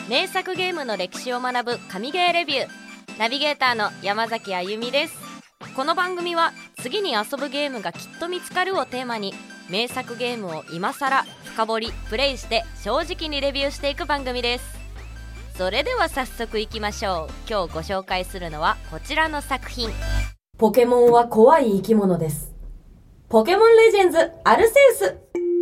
名作ゲームの歴史を学ぶ神ゲーレビュー、ナビゲーターの山崎あゆみです。この番組は次に遊ぶゲームがきっと見つかるをテーマに、名作ゲームを今さら深掘りプレイして正直にレビューしていく番組です。それでは早速いきましょう。今日ご紹介するのはこちらの作品。 ポケモンは怖い生き物です。ポケモンレジェンズアルセウス。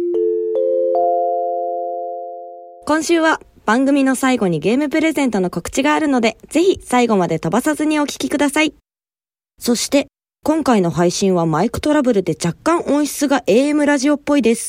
今週は番組の最後にゲームプレゼントの告知があるので、ぜひ最後まで飛ばさずにお聞きください。そして今回の配信はマイクトラブルで若干音質が AM ラジオっぽいです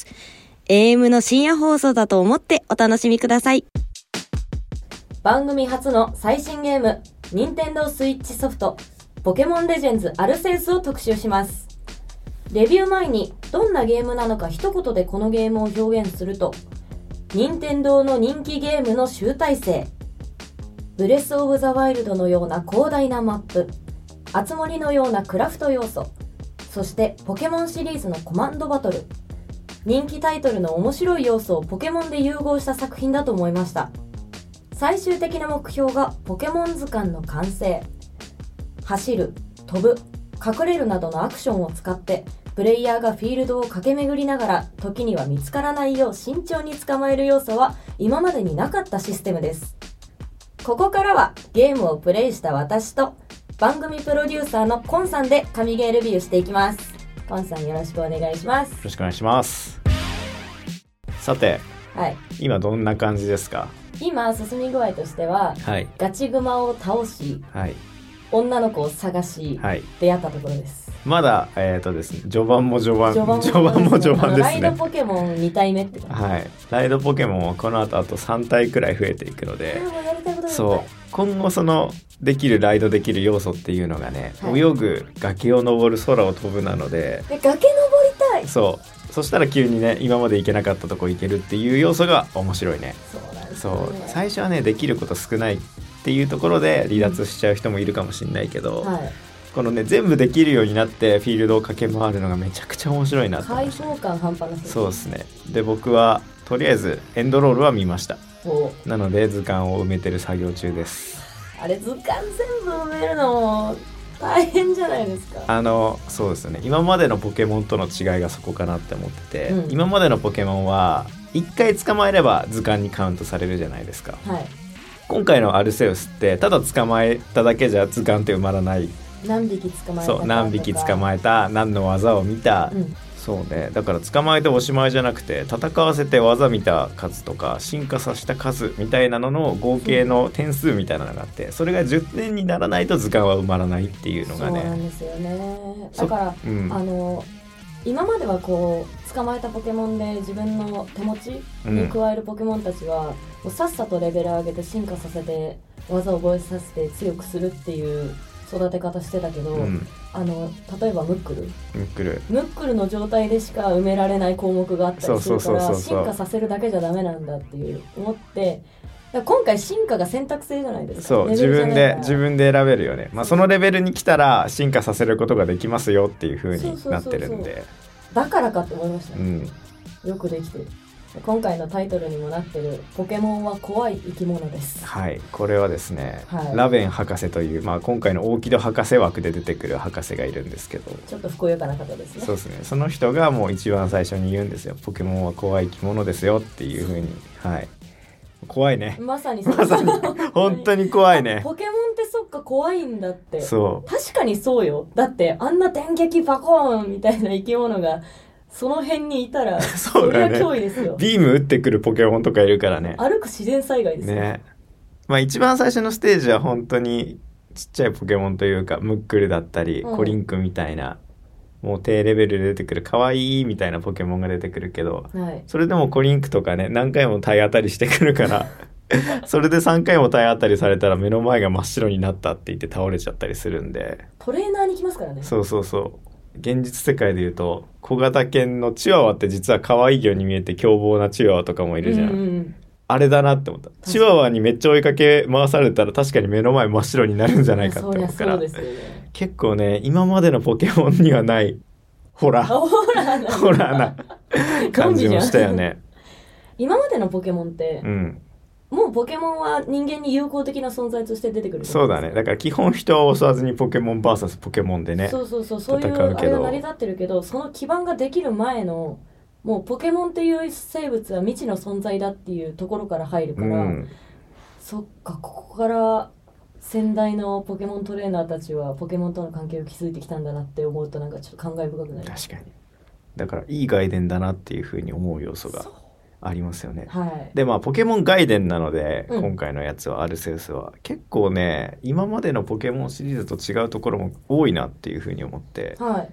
。AM の深夜放送だと思ってお楽しみください。 番組初の最新ゲーム、任天堂スイッチソフトポケモンレジェンズアルセウスを特集します。レビュー前にどんなゲームなのか一言でこのゲームを表現すると、任天堂の人気ゲームの集大成、ブレスオブザワイルドのような広大なマップ、あつ森のようなクラフト要素、そしてポケモンシリーズのコマンドバトル、人気タイトルの面白い要素をポケモンで融合した作品だと思いました。最終的な目標がポケモン図鑑の完成。走る、飛ぶ、隠れるなどのアクションを使ってプレイヤーがフィールドを駆け巡りながら時には見つからないよう慎重に捕まえる要素は今までになかったシステムです。ここからはゲームをプレイした私と番組プロデューサーのコンさんで神ゲーレビューしていきます。コンさんよろしくお願いします。 よろしくお願いします。さて、 はい、 今どんな感じですか？ 今進み具合としては、 はい、 ガチグマを倒し、 はい、 女の子を探し、はい、出会ったところです。 まだですね、序盤も序盤ですね。 ライドポケモン2体目って感じ。 はい、ライドポケモンはこの後あと3体くらい増えていくので、そう今後そのできるライドできる要素っていうのがね、はい、泳ぐ、崖を登る、空を飛ぶなので、 崖登りたい。 そしたら急にね、今まで行けなかったとこ行けるっていう要素が面白いね。 そうなんですね。 そう最初はね、できること少ないっていうところで離脱しちゃう人もいるかもしれないけど、はい、このね、全部できるようになってフィールドを駆け回るのがめちゃくちゃ面白いなと思いました。 開放感半端なさそうですね。で、僕はとりあえずエンドロールは見ました。なので図鑑を埋めてる作業中です。 あれ、図鑑全部埋めるの大変じゃないですか？ そうですよね。今までのポケモンとの違いがそこかなって思ってて、今までのポケモンは1回捕まえれば図鑑にカウントされるじゃないですか。はい、今回のアルセウスってただ捕まえただけじゃ図鑑って埋まらない。 何匹捕まえたかとか、 そう、何匹捕まえた、何の技を見た、そうね。だから捕まえておしまいじゃなくて、戦わせて技見た数とか進化させた数みたいなのの合計の点数みたいなのがあって、それが10点にならないと図鑑は埋まらないっていうのがね。 そうなんですよね。だから、今まではこう捕まえたポケモンで自分の手持ちに加えるポケモンたちは、もうさっさとレベル上げて進化させて技を覚えさせて強くするっていう育て方してたけど、例えばムックルの状態でしか埋められない項目があったりするから、進化させるだけじゃダメなんだっていう思って、今回進化が選択制じゃないですか。 そう、自分で選べるよね。そのレベルに来たら進化させることができますよっていう風になってるんで、 だからかって思いましたね。よくできてる。今回のタイトルにもなってるポケモンは怖い生き物です。 はい、これはですね、ラベン博士という、今回の大木戸博士枠で出てくる博士がいるんですけど、 ちょっとふくよかな方ですね。 そうですね。その人がもう一番最初に言うんですよ。ポケモンは怖い生き物ですよっていう風に。はい。怖いね。 まさに本当に怖いね。 ポケモンってそっか怖いんだって。 そう。 確かにそうよ。だってあんな電撃パコーンみたいな生き物がその辺にいたら、それは脅威ですよ。 ビーム打ってくるポケモンとかいるからね。 歩く自然災害ですよね。 一番最初のステージは本当にちっちゃいポケモンというか、ムックルだったり、コリンクみたいな、もう低レベルで出てくる可愛いみたいなポケモンが出てくるけど、それでもコリンクとかね、何回も体当たりしてくるからそれで3回も体当たりされたら目の前が真っ白になったって言って倒れちゃったりするんで、 トレーナーに来ますからね。 そう現実世界でいうと小型犬のチワワって実は可愛いように見えて凶暴なチワワとかもいるじゃん、あれだなって思った。チワワにめっちゃ追いかけ回されたら確かに目の前真っ白になるんじゃないかって思うから、 そうですよね。 結構ね、今までのポケモンにはないホラーな感じもしたよね。 今までのポケモンって、 もうポケモンは人間に友好的な存在として出てくる。 そうだね。だから基本人を襲わずにポケモン VS ポケモンでね、 そういうあれが成り立ってるけど、その基盤ができる前のもうポケモンっていう生物は未知の存在だっていうところから入るから、そっか、ここから先代のポケモントレーナーたちはポケモンとの関係を築いてきたんだなって思うと、なんかちょっと感慨深くなる。 確かに。だからいい外伝だなっていうふうに思う要素がありますよね。 はい、 でポケモン外伝なので、今回のやつはアルセウスは結構ね、今までのポケモンシリーズと違うところも多いなっていうふうに思って、 はい、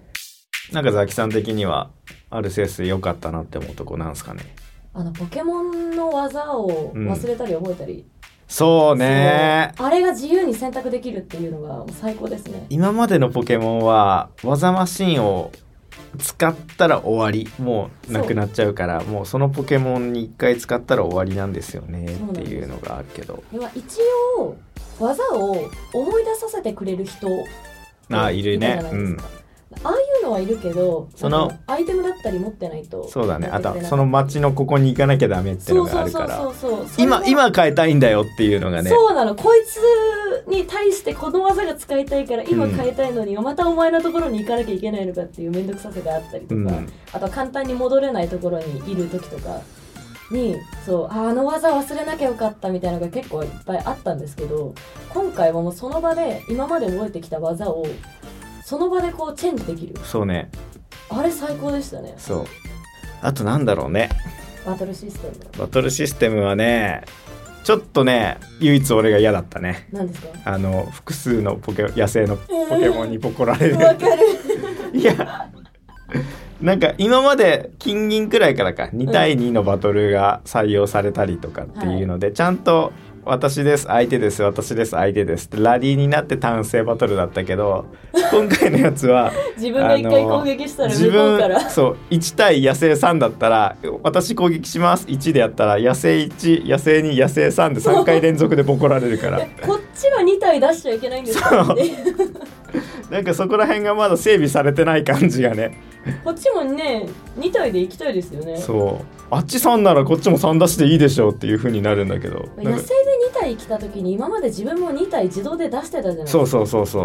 なんかザキさん的にはアルセウス良かったなって思うとこなんですかね。 ポケモンの技を忘れたり覚えたり、 そうね、 あれが自由に選択できるっていうのがもう最高ですね。 今までのポケモンは技マシンを使ったら終わり、もうなくなっちゃうから、もうそのポケモンに一回使ったら終わりなんですよねっていうのがあるけど、 一応技を思い出させてくれる人いるね。 ああいうのはいるけど、 そのアイテムだったり持ってないと。 そうだね。あとその街のここに行かなきゃダメっていうのがあるから、 そう今変えたいんだよっていうのがね。 そうなの。こいつに対してこの技が使いたいから今変えたいのに、またお前のところに行かなきゃいけないのかっていう面倒くささがあったりとか、あと簡単に戻れないところにいる時とかに、あの技忘れなきゃよかったみたいなのが結構いっぱいあったんですけど、今回はもうその場で今まで覚えてきた技をその場でこうチェンジできる。 そうね。 あれ最高でしたね。 そう。あとなんだろうね。 バトルシステム。 バトルシステムはね、ちょっとね、唯一俺が嫌だったね。 何ですか？ 複数の野生のポケモンにボコられる。 わかる。 いや、なんか今まで金銀くらいからか2対2のバトルが採用されたりとかっていうので、ちゃんと私です相手です私です相手ですってラリーになって単性バトルだったけど、今回のやつは自分が一回攻撃したら向こうからそう1対野生3だったら私攻撃します1でやったら野生1野生2野生3で3回連続でボコられるからこっちは2体出しちゃいけないんですよね。 なんかそこら辺がまだ整備されてない感じがね。 こっちもね2体で行きたいですよね。 そうあっち3ならこっちも3出していいでしょうっていう風になるんだけど、 野生で2体来た時に今まで自分も2体自動で出してたじゃないですか。 そう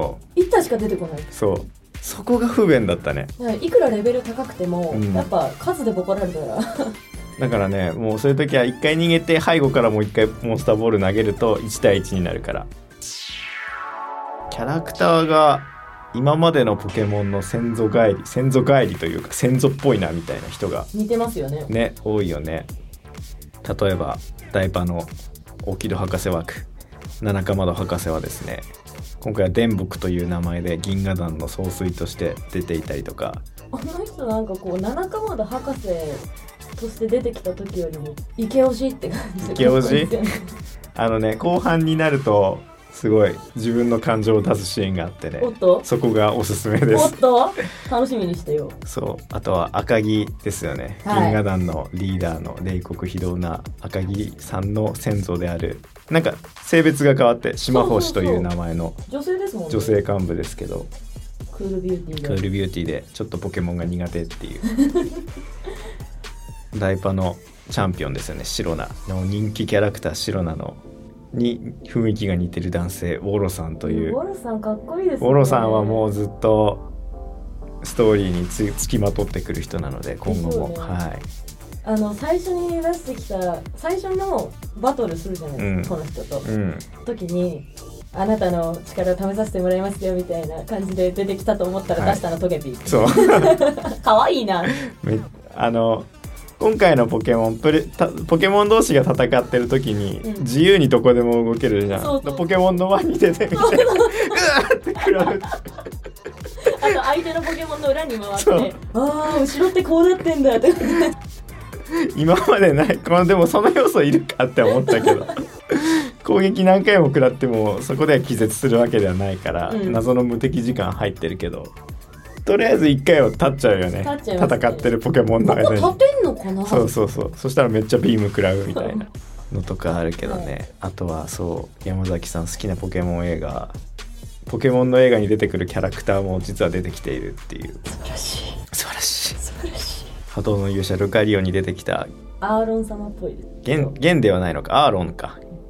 1体しか出てこない。 そこが不便だったね。 いくらレベル高くても、やっぱ数でボコられるからだからね、もうそういう時は1回逃げて背後からもう1回モンスターボール投げると1対1になるから。キャラクターが今までのポケモンの先祖返りというか先祖っぽいなみたいな人が似てますよね。 ね、多いよね。例えばダイパのオキド博士枠七かまど博士はですね、今回は電木という名前で銀河団の総帥として出ていたりとか、 あの人なんかこう七かまど博士として出てきた時よりもイケオジって感じで、 イケオジ後半になるとすごい自分の感情を出すシーンがあってね、そこがおすすめです。 楽しみにしてよ。 そう、あとは赤木ですよね、銀河団のリーダーの冷酷非道な赤木さんの先祖である、なんか性別が変わって島星という名前の女性ですもんね。 女性幹部ですけど、 クールビューティーでちょっとポケモンが苦手っていうダイパのチャンピオンですよね、シロナの人気キャラクターシロナのに雰囲気が似てる男性ウォロさんという。 ウォロさんかっこいいですね。 ウォロさんはもうずっとストーリーにつきまとってくる人なので今後も、ね、はい、 最初に出してきた最初のバトルするじゃないですか、この人と、時にあなたの力を試させてもらいますよみたいな感じで出てきたと思ったら出したのトゲピー、そうかわいいな。 今回のポケモン同士が戦ってる時に、自由にどこでも動けるじゃん。ポケモンの輪に出てみてうわーって食らう。 あと相手のポケモンの裏に回って後ろってこうなってんだって今までないでもその要素いるかって思ったけど攻撃何回も食らってもそこでは気絶するわけではないから、謎の無敵時間入ってるけど、とりあえず1回は立っちゃうよね。戦ってるポケモンの間に。 ここ立てんのかな。 そうそしたらめっちゃビーム食らうみたいなのとかあるけどね、あとは山崎さん好きなポケモン映画、ポケモンの映画に出てくるキャラクターも実は出てきているっていう。 素晴らしい波動の勇者ルカリオに出てきたアーロン様っぽいです。 ゲンではないのか、アーロンか、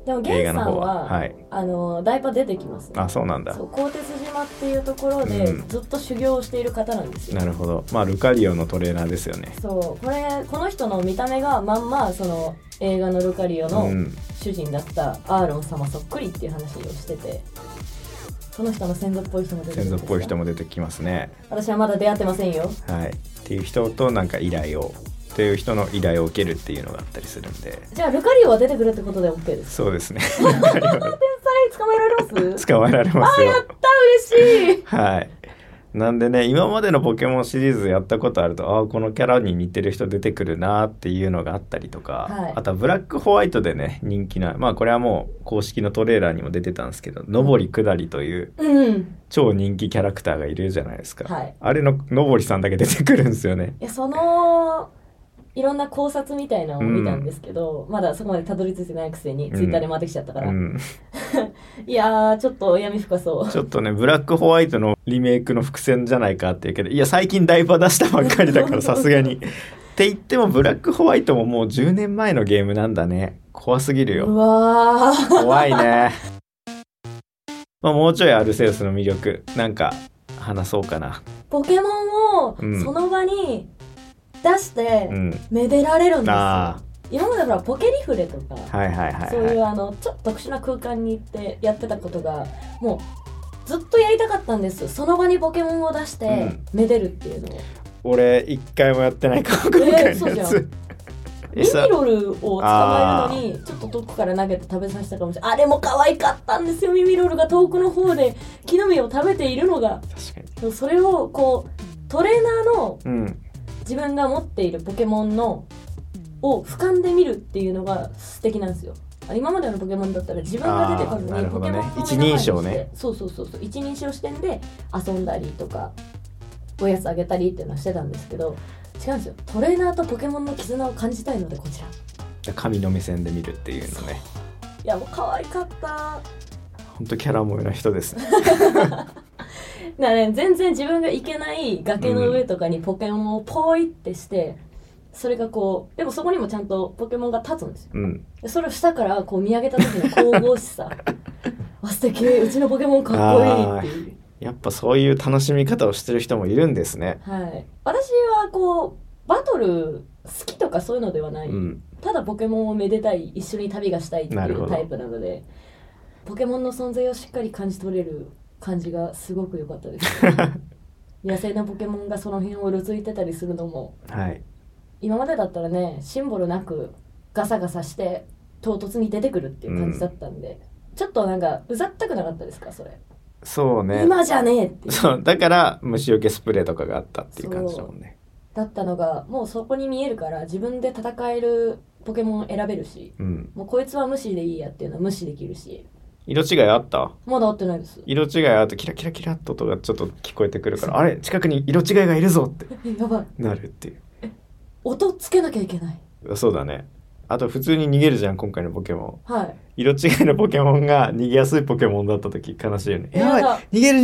でもゲンさんは、 はい、 ダイパ出てきますね。 あ、そうなんだ。 そう、鋼鉄島っていうところでずっと修行をしている方なんですよ。 なるほど。まあルカリオのトレーナーですよね。 そう、この人の見た目がまんまその映画のルカリオの主人だったアーロン様そっくりっていう話をしてて、その人の先祖っぽい人も出てきます。 先祖っぽい人も出てきますね。 私はまだ出会ってませんよ。 はい。っていう人となんか依頼をっていう人の依頼を受けるっていうのがあったりするんで。 じゃあルカリオは出てくるってことで OK ですか？ そうですね。 天才捕まえられます？ 捕まえられますよ。 あ、やった嬉しい。 はい。なんでね、今までのポケモンシリーズやったことあると、このキャラに似てる人出てくるなっていうのがあったりとか、 はい、 あとはブラックホワイトでね、人気な、まあこれはもう公式のトレーラーにも出てたんですけど、上り下りという超人気キャラクターがいるじゃないですか。 はい、 あれの上りさんだけ出てくるんですよね。 いや、いろんな考察みたいなのを見たんですけど、まだそこまでたどり着いてないくせにツイッターで回ってきちゃったから、いやーちょっと闇深そう。 ちょっとね、ブラックホワイトのリメイクの伏線じゃないかって言うけど、いや最近ダイパ出したばっかりだからさすがにって言ってもブラックホワイトももう10年前のゲームなんだね。怖すぎるよ。 うわー怖いね。まあもうちょいアルセウスの魅力なんか話そうかな。 ポケモンをその場に出してめでられるんですよ。今までほらポケリフレとか、そういうちょっと特殊な空間に行ってやってたことがもうずっとやりたかったんです。その場にポケモンを出してめでるっていうのを、 俺一回もやってないかも。今回のやつミミロルを捕まえるのにちょっと遠くから投げて食べさせたかもしれない。あれも可愛かったんですよ。ミミロルが遠くの方で木の実を食べているのが、確かにそれをこうトレーナーの、自分が持っているポケモンのを俯瞰で見るっていうのが素敵なんですよ。今までのポケモンだったら自分が出てこずにポケモンの一人称ね。 そう一人称視点で遊んだりとかおやつあげたりっていうのはしてたんですけど、違うんですよ。トレーナーとポケモンの絆を感じたいのでこちら神の目線で見るっていうのね。 いやもう可愛かった。 本当キャラ萌えな人ですね。 全然自分が行けない崖の上とかにポケモンをポイってして、それがこうでもそこにもちゃんとポケモンが立つんですよ、それを下からこう見上げた時の神々しさ素敵、うちのポケモンかっこいいっていう。 やっぱそういう楽しみ方をしてる人もいるんですね。 はい、私はこうバトル好きとかそういうのではない、ただポケモンをめでたい、一緒に旅がしたいっていうタイプなので、ポケモンの存在をしっかり感じ取れる感じがすごく良かったです野生のポケモンがその辺をうろついてたりするのも、今までだったらね、シンボルなくガサガサして唐突に出てくるっていう感じだったんで、ちょっとなんかうざったくなかったですかそれ。 そうね、 今じゃねえっていう。 そうだから虫除けスプレーとかがあったっていう感じだもんね。 だったのがもうそこに見えるから自分で戦えるポケモン選べるし、もうこいつは無視でいいやっていうのは無視できるし。 色違いあった？ まだ合ってないです。 色違いあとキラキラキラっと音がちょっと聞こえてくるから、あれ近くに色違いがいるぞってやばいなるっていう。 音つけなきゃいけない。 そうだね。あと普通に逃げるじゃん今回のポケモン。はい。 色違いのポケモンが逃げやすいポケモンだった時悲しいよね。やばい、逃げる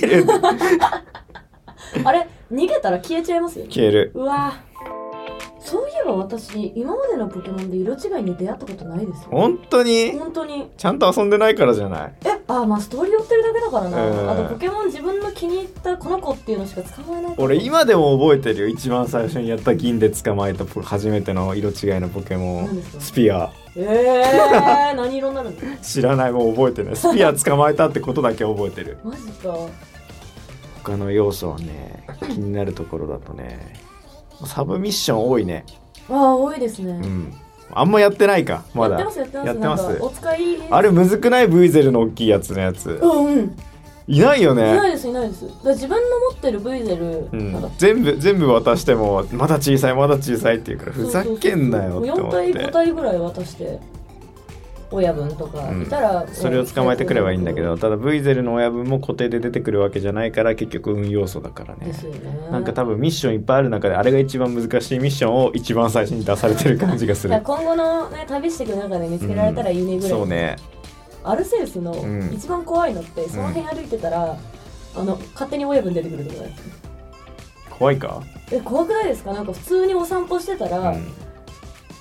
あれ逃げたら消えちゃいますよね。 消える。 うわ、そういえば私今までのポケモンで色違いに出会ったことないですよ。 本当に？ 本当に。 ちゃんと遊んでないからじゃない？ まあストーリー追ってるだけだからな。あとポケモン自分の気に入ったこの子っていうのしか使わない。 俺今でも覚えてるよ。一番最初にやった銀で捕まえた初めての色違いのポケモン、スピア。 何色になるんだ知らない、もう覚えてない。スピア捕まえたってことだけ覚えてる。 マジか。 他の要素はね、気になるところだとね、サブミッション多いね。 多いですね。 あんまやってないかまだ。 やってます。お使い。 あれむずくない？ブイゼルの大きいやつのやつ。いないよね。 いないです。だから自分の持ってるブイゼル、 全部渡してもまだ小さいって言うからふざけんなよって思って。 4体5体ぐらい渡して親分とかいたら、 それを捕まえてくればいいんだけど、ただブイゼルの親分も固定で出てくるわけじゃないから結局運要素だからね。 ですよね。 なんか多分ミッションいっぱいある中であれが一番難しいミッションを一番最初に出されてる感じがする。 今後の、ね、旅していく中で見つけられたらいいねぐらい、 そうね。 アルセウスの一番怖いのって、その辺歩いてたら、勝手に親分出てくるところです。 怖いか？ 怖くないですか？なんか普通にお散歩してたら、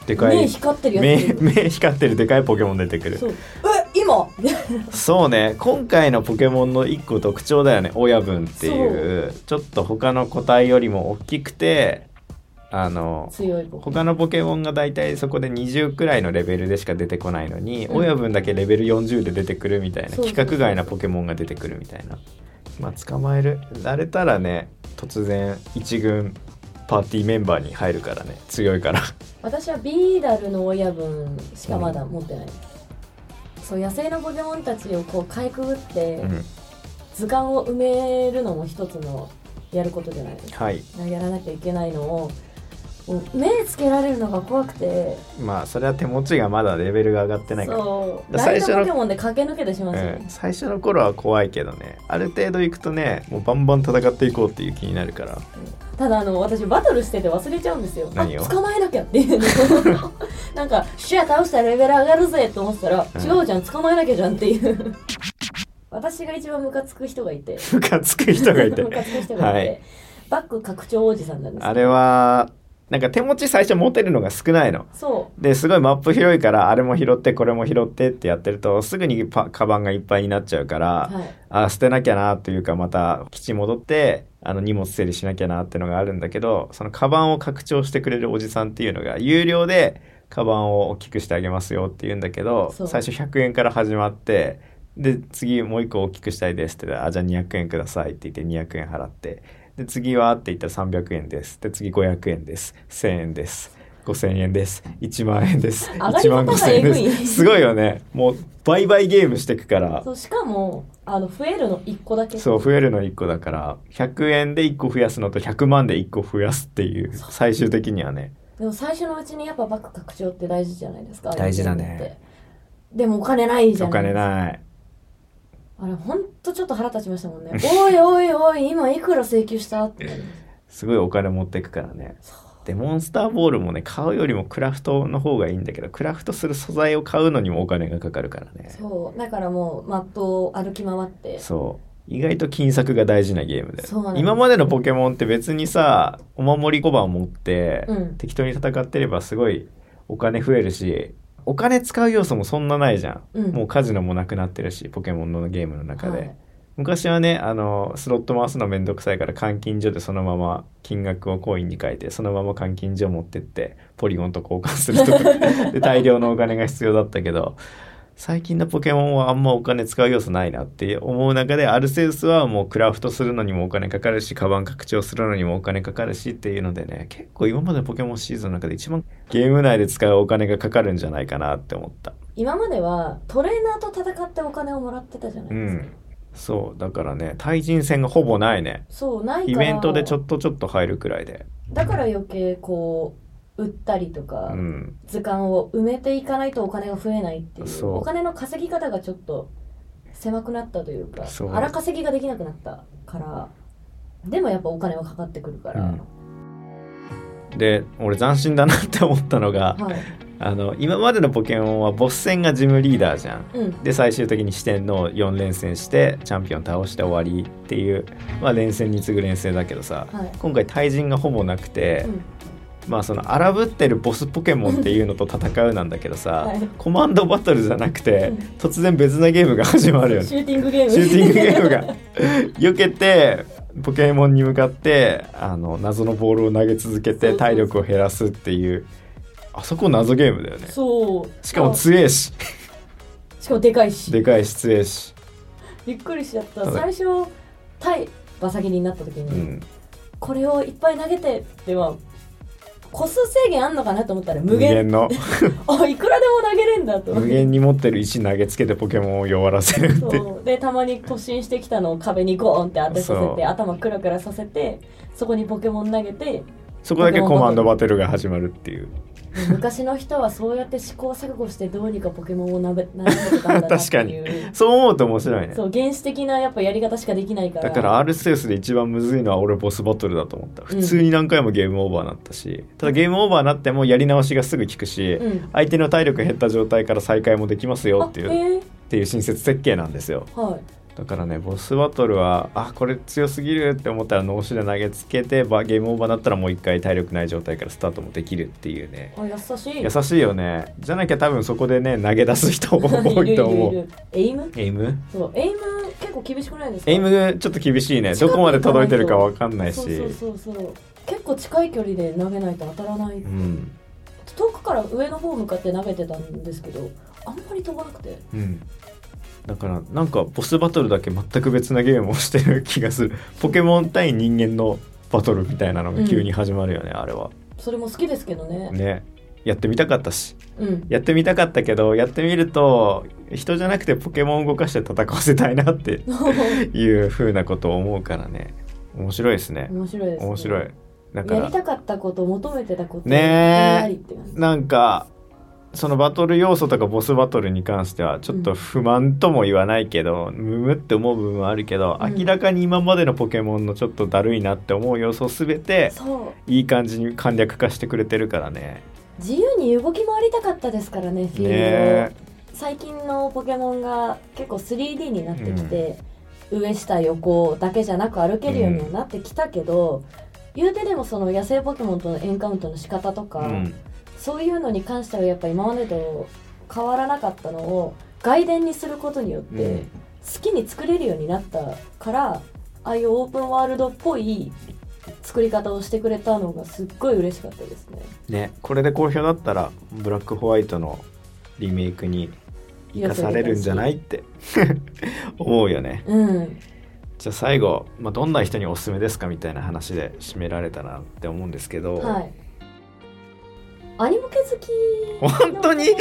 でかい目光ってるやつ目光ってるでかいポケモン出てくる。 そう今そうね、今回のポケモンの一個特徴だよね、親分っていうちょっと他の個体よりも大きくて強いポケモン。 他のポケモンがだいたいそこで20くらいのレベルでしか出てこないのに、親分だけレベル40で出てくるみたいな、規格外なポケモンが出てくるみたいな。まあ捕まえられたらね、突然一軍パーティーメンバーに入るからね、強いから。 私はビーダルの親分しかまだ持ってない、そう野生のポケモンたちをこうかいくぐって、図鑑を埋めるのも一つのやることじゃないですか、 はい、 やらなきゃいけないのを目つけられるのが怖くて、 まあそれは手持ちがまだレベルが上がってないから、 そうライトポケモンで駆け抜けてしまうんですよね、 最初の頃は怖いけどね、ある程度いくとね、もうバンバン戦っていこうっていう気になるから。 ただ私バトルしてて忘れちゃうんですよ。 何を捕まえなきゃっていうのなんかシュア倒したらレベル上がるぜと思ったら、違うじゃん、捕まえなきゃじゃんっていう私が一番ムカつく人がいてムカつく人がいてはい、バック拡張おじさんなんです。 あれはなんか手持ち最初持てるのが少ないの。 そうですごいマップ広いから、あれも拾ってこれも拾ってってやってるとすぐにカバンがいっぱいになっちゃうから、捨てなきゃなというか、また基地戻って荷物整理しなきゃなっていうのがあるんだけど、そのカバンを拡張してくれるおじさんっていうのが有料でカバンを大きくしてあげますよって言うんだけど、最初100円から始まって、で次もう一個大きくしたいですってじゃあ200円くださいって言って200円払って、で次はって言ったら300円です。で次500円です。1000円です。5000円です。1万円です。1万5000円です。すごいよね。もう倍々ゲームしていくから。 そう、しかも増えるの1個だけ。 そう、増えるの1個だから100円で1個増やすのと100万で1個増やすっていう、最終的にはね。 でも最初のうちにやっぱバック拡張って大事じゃないですか。 大事だね。 でもお金ないじゃないですか。 お金ない。 あれほんとちょっと腹立ちましたもんねおいおいおい今いくら請求したってすごいお金持ってくからね。でモンスターボールもね、買うよりもクラフトの方がいいんだけど、クラフトする素材を買うのにもお金がかかるからね。 そうだからもうマップを歩き回って、 そう意外と金策が大事なゲームで、今までのポケモンって別にさ、お守り小判持って、適当に戦ってればすごいお金増えるし、お金使う要素もそんなないじゃん、もうカジノもなくなってるし、ポケモンのゲームの中で、昔はね、スロット回すのめんどくさいから換金所でそのまま金額をコインに変えて、そのまま換金所持ってってポリゴンと交換するとかで大量のお金が必要だったけど、最近のポケモンはあんまお金使う要素ないなって思う中で、アルセウスはもうクラフトするのにもお金かかるし、カバン拡張するのにもお金かかるしっていうのでね、結構今までのポケモンシーズンの中で一番ゲーム内で使うお金がかかるんじゃないかなって思った。 今まではトレーナーと戦ってお金をもらってたじゃないですか、 そうだからね、対人戦がほぼないね。 そうないからイベントでちょっと入るくらいで、 だから余計こう売ったりとか、図鑑を埋めていかないとお金が増えないっていう、お金の稼ぎ方がちょっと狭くなったというか、荒稼ぎができなくなったから。でもやっぱお金はかかってくるから、 で俺斬新だなって思ったのが、今までのポケモンはボス戦がジムリーダーじゃん、で最終的に四天王4連戦してチャンピオン倒して終わりっていう、連戦に次ぐ連戦だけどさ、今回対人がほぼなくて、その荒ぶってるボスポケモンっていうのと戦うなんだけどさ、コマンドバトルじゃなくて、突然別なゲームが始まるよね。 シューティングゲームが避けてポケモンに向かって謎のボールを投げ続けて体力を減らすっていう、あそこ謎ゲームだよね。 そうしかも強えししかもでかいし強えし、 びっくりしちゃった。最初対バサ切りになった時に、これをいっぱい投げてっては個数制限あんのかなと思ったら無限のあ、いくらでも投げれんだと無限に持ってる石投げつけてポケモンを弱らせるって。 そうでたまに突進してきたのを壁にゴーンって当てさせて、頭クラクラさせて、そこにポケモン投げて、 そこだけコマンドバトルが始まるっていう。 昔の人はそうやって試行錯誤してどうにかポケモンを並べてたんだなっていう確かにそう思うと面白いね。 そう原始的なやっぱやり方しかできないから。 だからアルセウスで一番むずいのは俺ボスバトルだと思った。普通に何回もゲームオーバーになったし、ただゲームオーバーになってもやり直しがすぐ効くし、相手の体力減った状態から再開もできますよっていう親切設計なんですよ。 だからねボスバトルはこれ強すぎるって思ったら脳死で投げつけてゲームオーバーだったらもう一回体力ない状態からスタートもできるっていうね。 優しい。 優しいよね。じゃなきゃ多分そこでね投げ出す人多いと思う。 エイムそうエイム結構厳しくないですか？ エイムちょっと厳しいね。どこまで届いてるか分かんないし。 そう結構近い距離で投げないと当たらない、遠くから上の方向かって投げてたんですけどあんまり飛ばなくて、 だからなんかボスバトルだけ全く別なゲームをしてる気がする。ポケモン対人間のバトルみたいなのが急に始まるよね、あれは。 それも好きですけどね。 やってみたかったし、やってみたかったけどやってみると人じゃなくてポケモンを動かして戦わせたいなっていう風なことを思うからね。面白いですね。面白い。だからやりたかったこと求めてたことねえ、なんかそのバトル要素とかボスバトルに関してはちょっと不満とも言わないけど、ムムって思う部分はあるけど、明らかに今までのポケモンのちょっとだるいなって思う要素を全ていい感じに簡略化してくれてるからね。 自由に動き回りたかったですからね、フィールド。最近のポケモンが結構 3D になってきて、上下横だけじゃなく歩けるようにはなってきたけど、言うてでもその野生ポケモンとのエンカウントの仕方とか、そういうのに関してはやっぱ今までと変わらなかったのを外伝にすることによって好きに作れるようになったから、ああいうオープンワールドっぽい作り方をしてくれたのがすっごい嬉しかったですね。 これで好評だったらブラックホワイトのリメイクに生かされるんじゃないって思うよね。じゃあ最後、どんな人におすすめですかみたいな話で締められたなって思うんですけど、 アニポケ好き、 本当に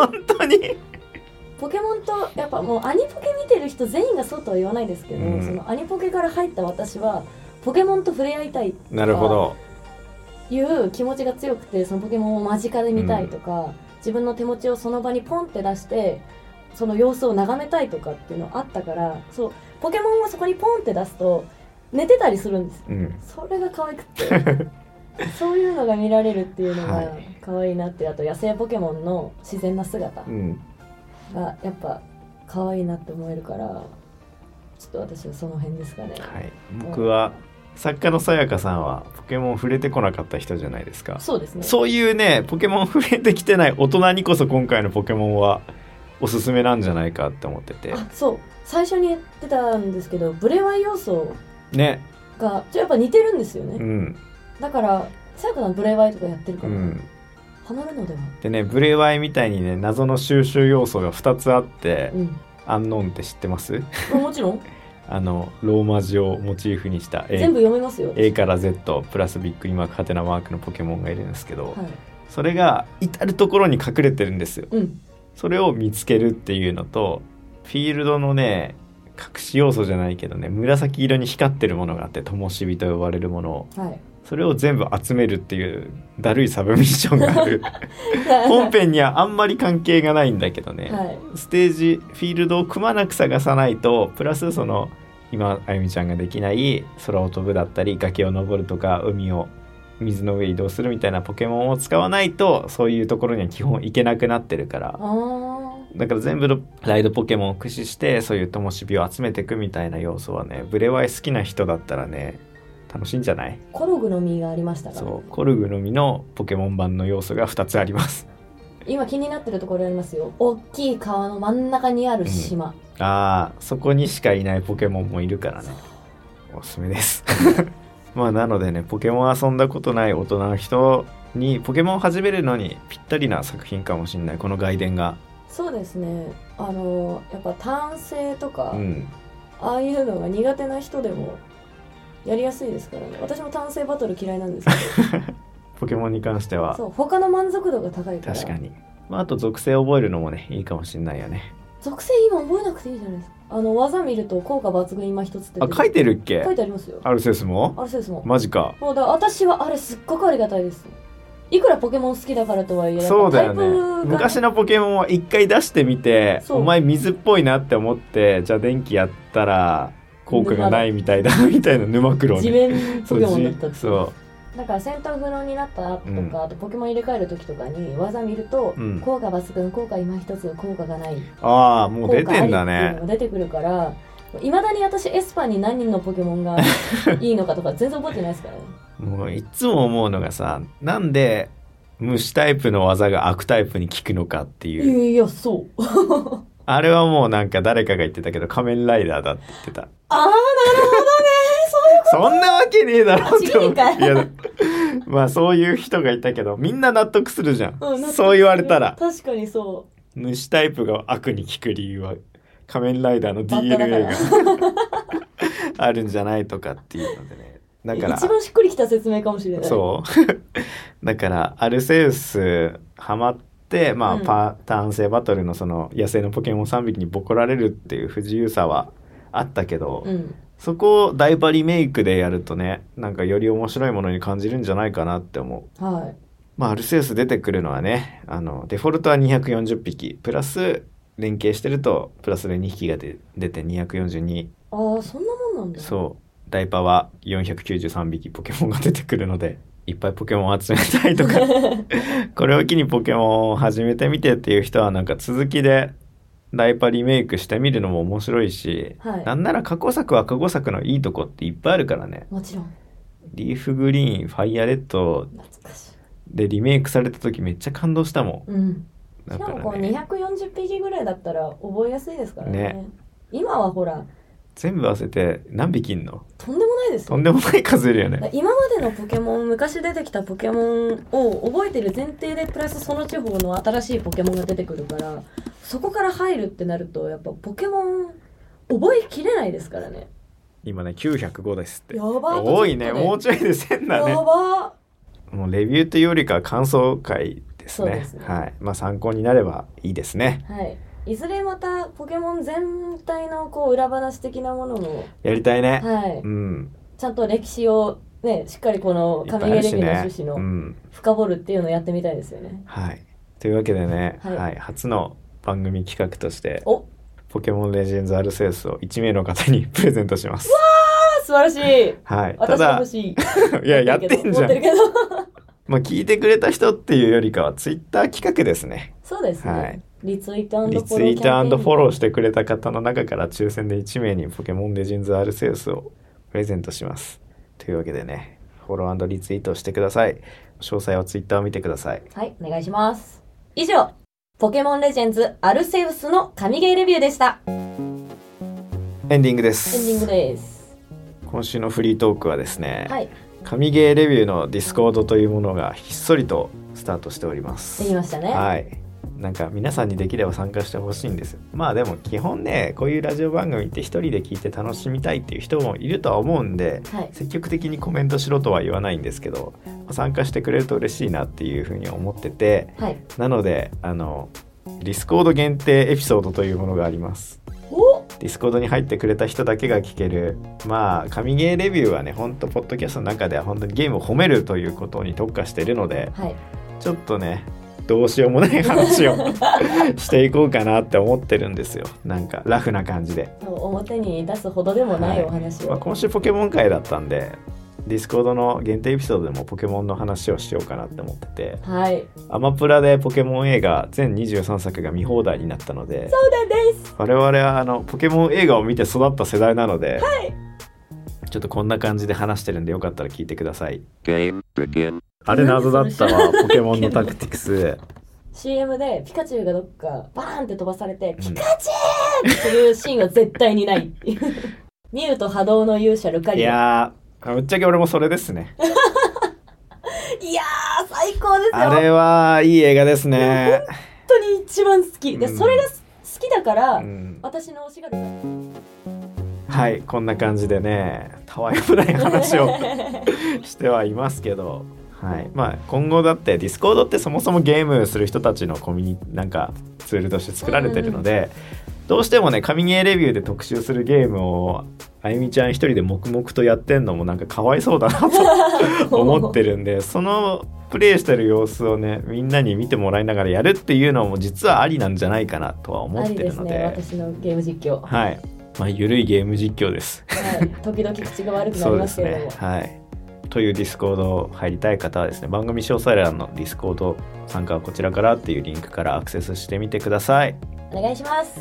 ポケモンとやっぱもうアニポケ見てる人全員がそうとは言わないですけど、そのアニポケから入った私はポケモンと触れ合いたいとかいう気持ちが強くて、そのポケモンを間近で見たいとか、自分の手持ちをその場にポンって出してその様子を眺めたいとかっていうのあったから、そうポケモンをそこにポンって出すと寝てたりするんです、それが可愛くてそういうのが見られるっていうのが可愛いなって、あと野生ポケモンの自然な姿がやっぱ可愛いなって思えるから、ちょっと私はその辺ですかね。 僕は作家のさやかさんはポケモン触れてこなかった人じゃないですか。 そうですね。 そういうねポケモン触れてきてない大人にこそ今回のポケモンはおすすめなんじゃないかって思ってて、 そう最初に言ってたんですけど、ブレワイ要素ねがやっぱ似てるんですよね、だからさやかさんブレワイとかやってるから、離れるのではでね、ブレワイみたいにね謎の収集要素が2つあって、アンノーンって知ってます？ もちろんローマ字をモチーフにした、 全部読めますよ。 A から Z プラスびっくりマークハテナマークのポケモンがいるんですけど、それが至る所に隠れてるんですよ、それを見つけるっていうのと、フィールドのね隠し要素じゃないけどね、紫色に光ってるものがあって、灯火と呼ばれるものを、それを全部集めるっていうだるいサブミッションがある本編にはあんまり関係がないんだけどね、ステージフィールドをくまなく探さないと、プラスその今あゆみちゃんができない空を飛ぶだったり崖を登るとか水の上移動するみたいなポケモンを使わないと、そういうところには基本行けなくなってるから、だから全部のライドポケモンを駆使してそういう灯火を集めていくみたいな要素はね、ブレワイ好きな人だったらね楽しいんじゃない？ コルグの実がありましたから、 そうコルグの実のポケモン版の要素が2つあります。 今気になってるところありますよ。大きい川の真ん中にある島、 そこにしかいないポケモンもいるからね、おすすめですまあなのでね、ポケモン遊んだことない大人の人にポケモンを始めるのにぴったりな作品かもしれない、この外伝が。 そうですね、やっぱ単性とか、ああいうのが苦手な人でもやりやすいですからね。私も単性バトル嫌いなんですけどポケモンに関してはそう他の満足度が高いから。 確かに、あと属性覚えるのもねいいかもしれないよね。 属性今覚えなくていいじゃないですか。技見ると効果抜群今一つって書いてるっけ？ 書いてありますよ。 アルセウスもマジか。 もうだ私はあれすっごくありがたいです。いくらポケモン好きだからとはいえ、 そうだよね、昔のポケモンは一回出してみて、お前水っぽいなって思って、じゃあ電気やったら効果がないみたいだみたいな沼黒ね、 地面ポケモンだったって。 そうだから戦闘不能になった後とか、あとポケモン入れ替える時とかに技見ると、効果抜群、効果今一つ、効果がない、 もう出てんだね。 効果ありっていうのが出てくるから、 いまだに私エスパーに何人のポケモンがいいのかとか全然覚えてないですからね。 もういつも思うのがさ、なんで虫タイプの技が悪タイプに効くのかっていう。 いやそうあれはもうなんか誰かが言ってたけど仮面ライダーだって言ってた。 あーなるほどね、そういうこと。 そんなわけねえだろって思う。 違うんかい。 いやまあそういう人がいたけどみんな納得するじゃん、 納得する。 そう言われたら。 確かにそう。 虫タイプが悪に効く理由は仮面ライダーの DNA があるんじゃないとかっていうのでね。だから一番しっくりきた説明かもしれない。 そうだからアルセウスハマってまあ、ターン制バトルのその野生のポケモン3匹にボコられるっていう不自由さはあったけど、そこをダイパリメイクでやるとね、なんかより面白いものに感じるんじゃないかなって思う。 はい。 まあアルセウス出てくるのはね、デフォルトは240匹プラス連携してるとプラスで2匹が出て242。 ああ、そんなもんなんだ。 そう。ダイパは493匹ポケモンが出てくるので、いっぱいポケモンを集めたいとかこれを機にポケモンを始めてみてっていう人はなんか続きでダイパリメイクしてみるのも面白いし、なんなら過去作は過去作のいいとこっていっぱいあるからね。 もちろん。 リーフグリーン、ファイアレッドでリメイクされた時めっちゃ感動したもん。 しかもこう240匹ぐらいだったら覚えやすいですからね。今はほら全部合わせて何匹いんの？ とんでもないですよ。 とんでもない数いるよね。 今までのポケモン、昔出てきたポケモンを覚えてる前提でプラスその地方の新しいポケモンが出てくるから、そこから入るってなるとやっぱポケモン覚えきれないですからね。 今ね905ですって。 やばい。 多いね。もうちょいで1000だね。 やば。 もうレビューというよりかは感想会ですね。そうですね。はい。まあ参考になればいいですね。 はい。いずれまたポケモン全体のこう裏話的なものもやりたいね。 はい。ちゃんと歴史をね、しっかりこの神ゲレビューの趣旨の深掘るっていうのをやってみたいですよね。 はい。というわけでね、はい、初の番組企画としてポケモンレジェンズアルセウスを1名の方にプレゼントします。 わー、素晴らしい。 はい。 私が欲しい。 いややってんじゃん。まあ聞いてくれた人っていうよりかはツイッター企画ですね。 そうですね。はい。リツイート&フォローしてくれた方の中から抽選で1名にポケモンレジェンズアルセウスをプレゼントします。というわけでね、フォロー&リツイートしてください。詳細はツイッターを見てください。 はい、お願いします。以上、ポケモンレジェンズアルセウスの神ゲーレビューでした。 エンディングです。 エンディングです。 今週のフリートークはですね、 はい、 神ゲーレビューのディスコードというものがひっそりとスタートしております。 できましたね。 はい。なんか皆さんにできれば参加してほしいんですよ。まあでも基本ね、こういうラジオ番組って一人で聞いて楽しみたいっていう人もいるとは思うんで、積極的にコメントしろとは言わないんですけど、参加してくれると嬉しいなっていうふうに思ってて、なのでディスコード限定エピソードというものがあります。ディスコードに入ってくれた人だけが聞ける、まあ神ゲーレビューはね、ほんとポッドキャストの中では本当にゲームを褒めるということに特化しているので、ちょっとねどうしようもない話をしていこうかなって思ってるんですよ。なんかラフな感じで表に出すほどでもないお話を、 今週ポケモン会だったんでディスコードの限定エピソードでもポケモンの話をしようかなって思ってて、アマプラでポケモン映画全23作が見放題になったので、 そうなんです。 我々はポケモン映画を見て育った世代なので、ちょっとこんな感じで話してるんでよかったら聞いてください。あれ謎だったわポケモンのタクティクス。 CM でピカチュウがどっかバーンって飛ばされて、ピカチュウっていうシーンは絶対にないっていうミュウと波動の勇者ルカリア。 いやー、ぶっちゃけ俺もそれですねいやー最高ですよ。 あれはいい映画ですね。 本当に一番好きで、それが好きだから、私の推しがはい、こんな感じでね、たわいもない話をしてはいますけど、はい、まあ今後だってディスコードってそもそもゲームする人たちのコミュニなんかツールとして作られてるので、どうしてもね神ゲーレビューで特集するゲームをあゆみちゃん一人で黙々とやってんのもなんかかわいそうだなと思ってるんで、そのプレイしてる様子をねみんなに見てもらいながらやるっていうのも実はありなんじゃないかなとは思ってるので、 ありですね、私のゲーム実況、 はい、まあ緩いゲーム実況です、 はい、時々口が悪くなりますけれども、 そうですね、はい、というディスコード入りたい方はですね、番組詳細欄のディスコード参加はこちらからっていうリンクからアクセスしてみてください。 お願いします。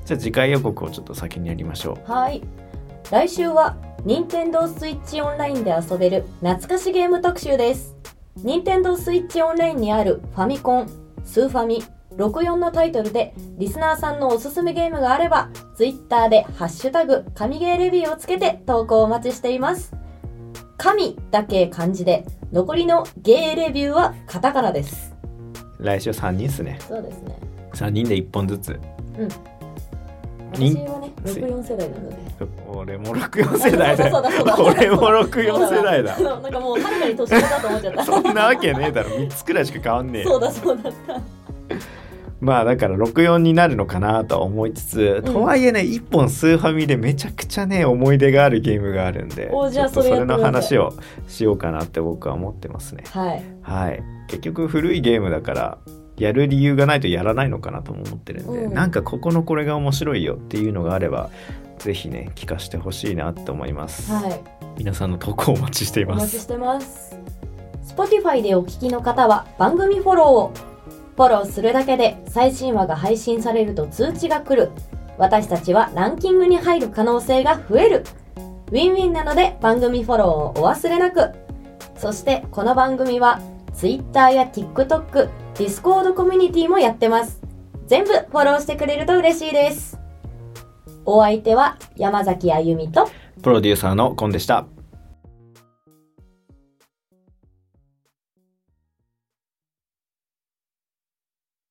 じゃあ次回予告をちょっと先にやりましょう。 はい。来週は任天堂スイッチオンラインで遊べる懐かしゲーム特集です。任天堂スイッチオンラインにあるファミコン、スーファミ、64のタイトルでリスナーさんのおすすめゲームがあれば、ツイッターでハッシュタグ神ゲーレビューをつけて投稿をお待ちしています。神だけ漢字で、残りのゲーレビューはカタカナです。 来週3人っすね。 そうですね。 3人で1本ずつ。 うん。私はね、64世代なので。 俺も64世代だよ。 そうだ俺も64世代だ。 なんかもうはるかに年上だと思っちゃった。 そんなわけねえだろ。3つくらいしか変わんねえよ。 そうだった。 まあだから64になるのかなとは思いつつ、とはいえね、1本スーファミでめちゃくちゃね思い出があるゲームがあるんで、 じゃあちょっとそれの話をしようかなって僕は思ってますね。 はい。 結局古いゲームだからやる理由がないとやらないのかなとも思ってるんで、なんかここのこれが面白いよっていうのがあればぜひね聞かせてほしいなって思います。 はい。 皆さんの投稿お待ちしています。 お待ちしてます。Spotify でお聞きの方は番組フォローを。フォローするだけで最新話が配信されると通知が来る。私たちはランキングに入る可能性が増える。ウィンウィンなので番組フォローをお忘れなく。そしてこの番組は Twitter や TikTok、Discord コミュニティもやってます。全部フォローしてくれると嬉しいです。お相手は山崎あゆみとプロデューサーのコンでした。